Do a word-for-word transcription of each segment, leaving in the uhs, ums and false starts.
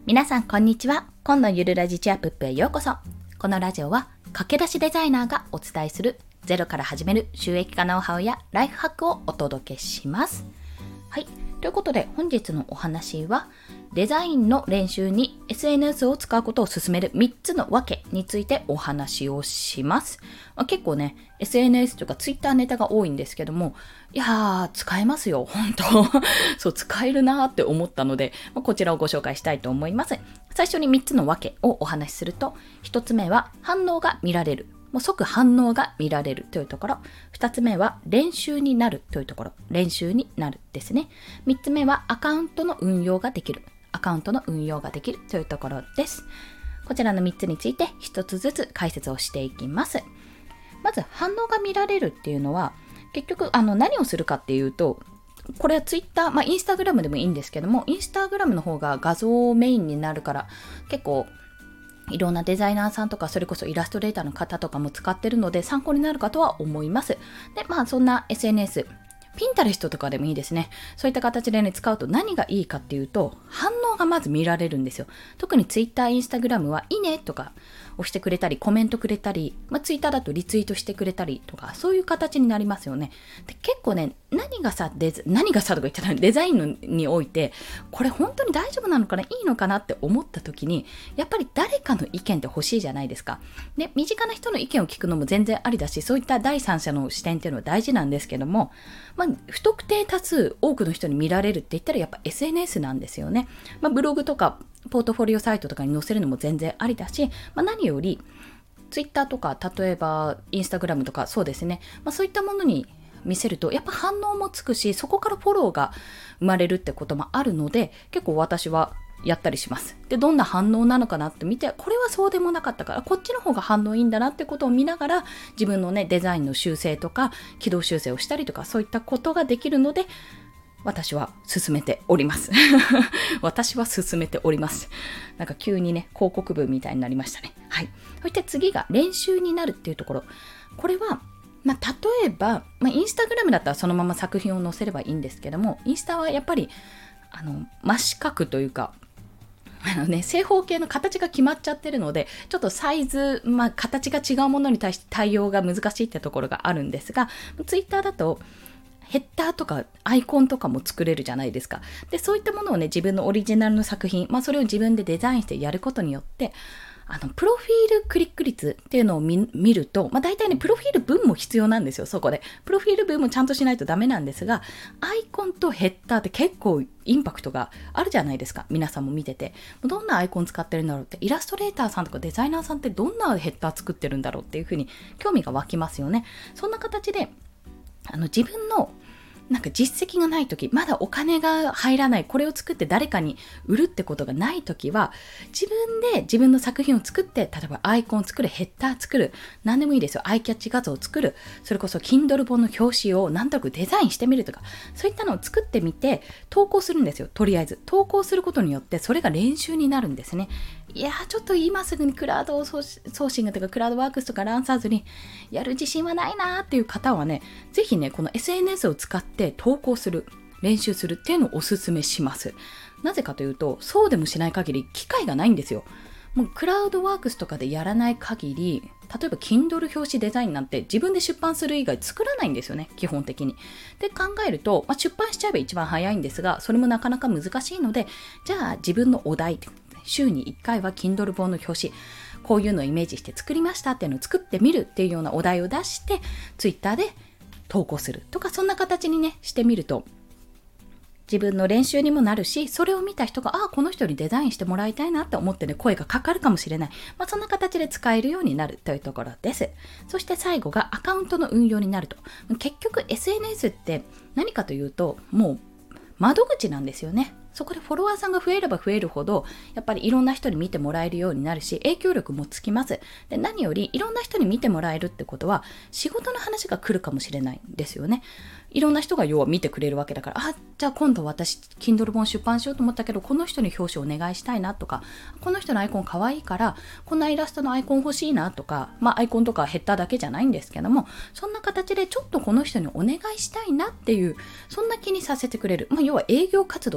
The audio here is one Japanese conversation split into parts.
皆さんこんにちは。今のゆるラジチアップへようこそ。このラジオは駆け出しデザイナーがお伝えするゼロから始める収益化ノウハウやライフハックをお届けします。はい、ということで本日のお話はデザインの練習に エスエヌエス を使うことを勧めるみっつのわけについてお話をします。まあ、結構ね エスエヌエス とか Twitter ネタが多いんですけども、いやー使えますよ本当そう使えるなーって思ったので、まあ、こちらをご紹介したいと思います。最初にみっつのわけをお話しすると、ひとつめは反応が見られる、もう即反応が見られるというところ。二つ目は練習になるというところ。練習になるですね。三つ目はアカウントの運用ができる。アカウントの運用ができるというところです。こちらのみっつについてひとつずつ解説をしていきます。まず反応が見られるっていうのは、結局あの何をするかっていうと、これはツイッター、まあインスタグラムでもいいんですけども、インスタグラムの方が画像メインになるから結構いろんなデザイナーさんとかそれこそイラストレーターの方とかも使ってるので参考になるかとは思います。で、まあそんな エスエヌエス、ピンタレストとかでもいいですね。そういった形でね使うと何がいいかっていうと、反応がまず見られるんですよ。特にツイッター、インスタグラムはいいねとか押してくれたりコメントくれたり、まあ、ツイッターだとリツイートしてくれたりとか、そういう形になりますよね。で結構ね何がさデザ何がさとか言ってたらデザインのにおいてこれ本当に大丈夫なのかないいのかなって思った時に、やっぱり誰かの意見って欲しいじゃないですか。で身近な人の意見を聞くのも全然ありだし、そういった第三者の視点っていうのは大事なんですけども、まあ、不特定多数多くの人に見られるって言ったらやっぱ エスエヌエス なんですよね。まあ、ブログとかポートフォリオサイトとかに載せるのも全然ありだし、まあ、何よりツイッターとか例えばインスタグラムとかそうですね、まあ、そういったものに見せるとやっぱ反応もつくし、そこからフォローが生まれるってこともあるので、結構私はやったりします。でどんな反応なのかなって見て、これはそうでもなかったからこっちの方が反応いいんだなってことを見ながら、自分のねデザインの修正とか軌道修正をしたりとか、そういったことができるので私は進めております私は進めておりますなんか急にね広告文みたいになりましたね。はい。そして次が練習になるっていうところ。これはまあ、例えば、まあ、インスタグラムだったらそのまま作品を載せればいいんですけども、インスタはやっぱりあの真四角というかあのね、正方形の形が決まっちゃってるので、ちょっとサイズ、まあ、形が違うものに対して対応が難しいってところがあるんですが、ツイッターだとヘッダーとかアイコンとかも作れるじゃないですか。でそういったものをね自分のオリジナルの作品、まあ、それを自分でデザインしてやることによって、あのプロフィールクリック率っていうのを 見, 見ると、まあ、大体ねプロフィール文も必要なんですよ。そこでプロフィール文もちゃんとしないとダメなんですが、アイコンとヘッダーって結構インパクトがあるじゃないですか。皆さんも見ててどんなアイコン使ってるんだろうって、イラストレーターさんとかデザイナーさんってどんなヘッダー作ってるんだろうっていうふうに興味が湧きますよね。そんな形であの自分のなんか実績がないとき、まだお金が入らない、これを作って誰かに売るってことがないときは、自分で自分の作品を作って、例えばアイコン作る、ヘッダー作る、何でもいいですよ。アイキャッチ画像を作る、それこそ Kindle 本の表紙をなんとなくデザインしてみるとか、そういったのを作ってみて投稿するんですよ。とりあえず投稿することによってそれが練習になるんですね。いやーちょっと今すぐにクラウドソーシングとかクラウドワークスとかランサーズにやる自信はないなーっていう方はね、ぜひねこの エスエヌエス を使って投稿する、練習するっていうのをおすすめします。なぜかというと、そうでもしない限り機会がないんですよ。もうクラウドワークスとかでやらない限り、例えば Kindle 表紙デザインなんて自分で出版する以外作らないんですよね、基本的に。で考えると、まあ、出版しちゃえば一番早いんですが、それもなかなか難しいので、じゃあ自分のお題、週にいっかいは Kindle 本の表紙、こういうのをイメージして作りましたっていうのを作ってみるっていうようなお題を出して Twitter で投稿するとか、そんな形にねしてみると自分の練習にもなるし、それを見た人がああこの人にデザインしてもらいたいなって思ってね声がかかるかもしれない、まあ、そんな形で使えるようになるというところです。そして最後がアカウントの運用になると。結局 エスエヌエス って何かというと、もう窓口なんですよね。そこでフォロワーさんが増えれば増えるほど、やっぱりいろんな人に見てもらえるようになるし、影響力もつきます。で、何よりいろんな人に見てもらえるってことは、仕事の話が来るかもしれないんですよね。いろんな人が要は見てくれるわけだから、あ、じゃあ今度私 Kindle 本出版しようと思ったけど、この人に表紙お願いしたいなとか、この人のアイコン可愛いからこんなイラストのアイコン欲しいなとか、まあアイコンとかヘッダーだけじゃないんですけども、そんな形でちょっとこの人にお願いしたいなっていう、そんな気にさせてくれる、まあ要は営業活動ですよ。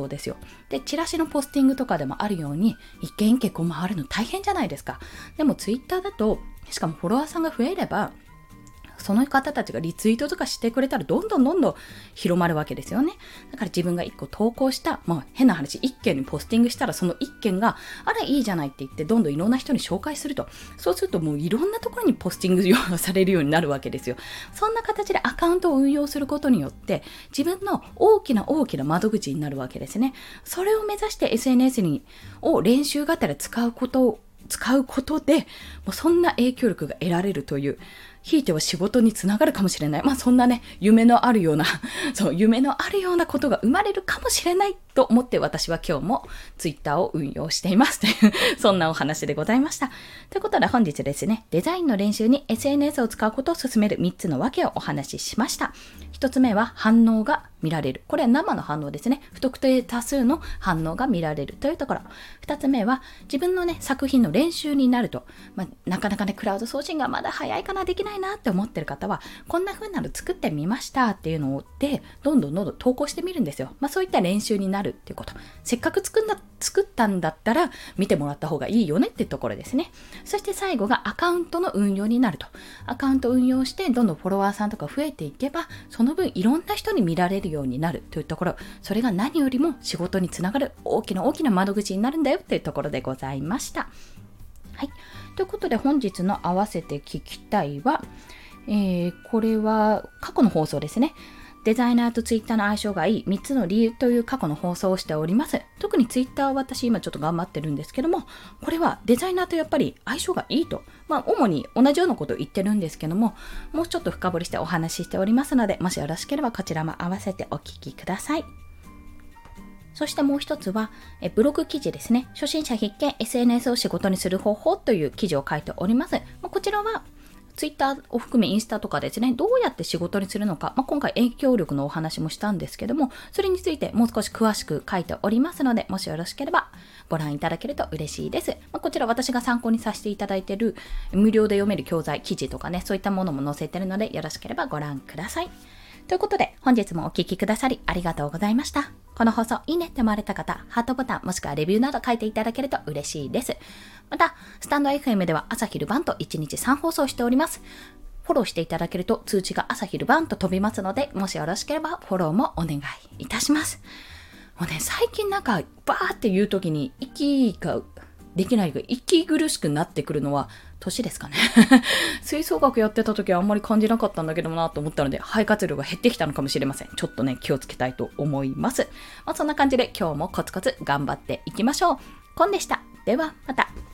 で、チラシのポスティングとかでもあるように、一件一件こう回るの大変じゃないですか。でもツイッターだと、しかもフォロワーさんが増えれば、その方たちがリツイートとかしてくれたらどんどんどんどん広まるわけですよね。だから自分が一個投稿した、まあ変な話、一件にポスティングしたらその一件が、あれいいじゃないって言ってどんどんいろんな人に紹介すると。そうするともういろんなところにポスティングされるようになるわけですよ。そんな形でアカウントを運用することによって自分の大きな大きな窓口になるわけですね。それを目指して エスエヌエス にを練習がてら使うことを使うことで、もうそんな影響力が得られるという、ひいては仕事につながるかもしれない。まあそんなね、夢のあるような、そう、夢のあるようなことが生まれるかもしれないと思って私は今日もツイッターを運用していますという、そんなお話でございました。ということで本日ですね、デザインの練習に エスエヌエス を使うことを勧めるみっつのわけをお話ししました。ひとつめは反応が見られる。これは生の反応ですね。不特定多数の反応が見られるというところ。ふたつめは自分のね、作品の練習になると。まあ、なかなかね、クラウド送信がまだ早いかな、できないなって思ってる方は、こんな風なの作ってみましたっていうので、どんどんどんどん投稿してみるんですよ。まあそういった練習になるっていうこと。せっかく作んだ、作ったんだったら見てもらった方がいいよねっていうところですね。そして最後がアカウントの運用になると。アカウント運用してどんどんフォロワーさんとか増えていけば、その分いろんな人に見られるようになるというところ。それが何よりも仕事につながる大きな大きな窓口になるんだよというところでございました。はい。ということで本日の合わせて聞きたいは、えー、これは過去の放送ですね。デザイナーとツイッターの相性がいいみっつの理由という過去の放送をしております。特にツイッターは私今ちょっと頑張ってるんですけども、これはデザイナーとやっぱり相性がいいと。まあ主に同じようなことを言ってるんですけども、もうちょっと深掘りしてお話ししておりますので、もしよろしければこちらも合わせてお聞きください。そしてもう一つは、えブログ記事ですね。初心者必見 エスエヌエス を仕事にする方法という記事を書いております。まあ、こちらはツイッターを含めインスタとかですね、どうやって仕事にするのか、まあ、今回影響力のお話もしたんですけども、それについてもう少し詳しく書いておりますので、もしよろしければご覧いただけると嬉しいです。まあ、こちら私が参考にさせていただいている無料で読める教材、記事とかね、そういったものも載せているので、よろしければご覧ください。ということで、本日もお聞きくださりありがとうございました。この放送いいねって思われた方、ハートボタンもしくはレビューなど書いていただけると嬉しいです。また、スタンド エフエム では朝昼晩といちにちさん放送しております。フォローしていただけると通知が朝昼晩と飛びますので、もしよろしければフォローもお願いいたします。もうね、最近なんかバーって言うときに息ができないが息苦しくなってくるのは年ですかね。吹奏楽やってた時はあんまり感じなかったんだけどなと思ったので、肺活量が減ってきたのかもしれません。ちょっとね、気をつけたいと思います。まあ、そんな感じで今日もコツコツ頑張っていきましょう。コンでした。ではまた。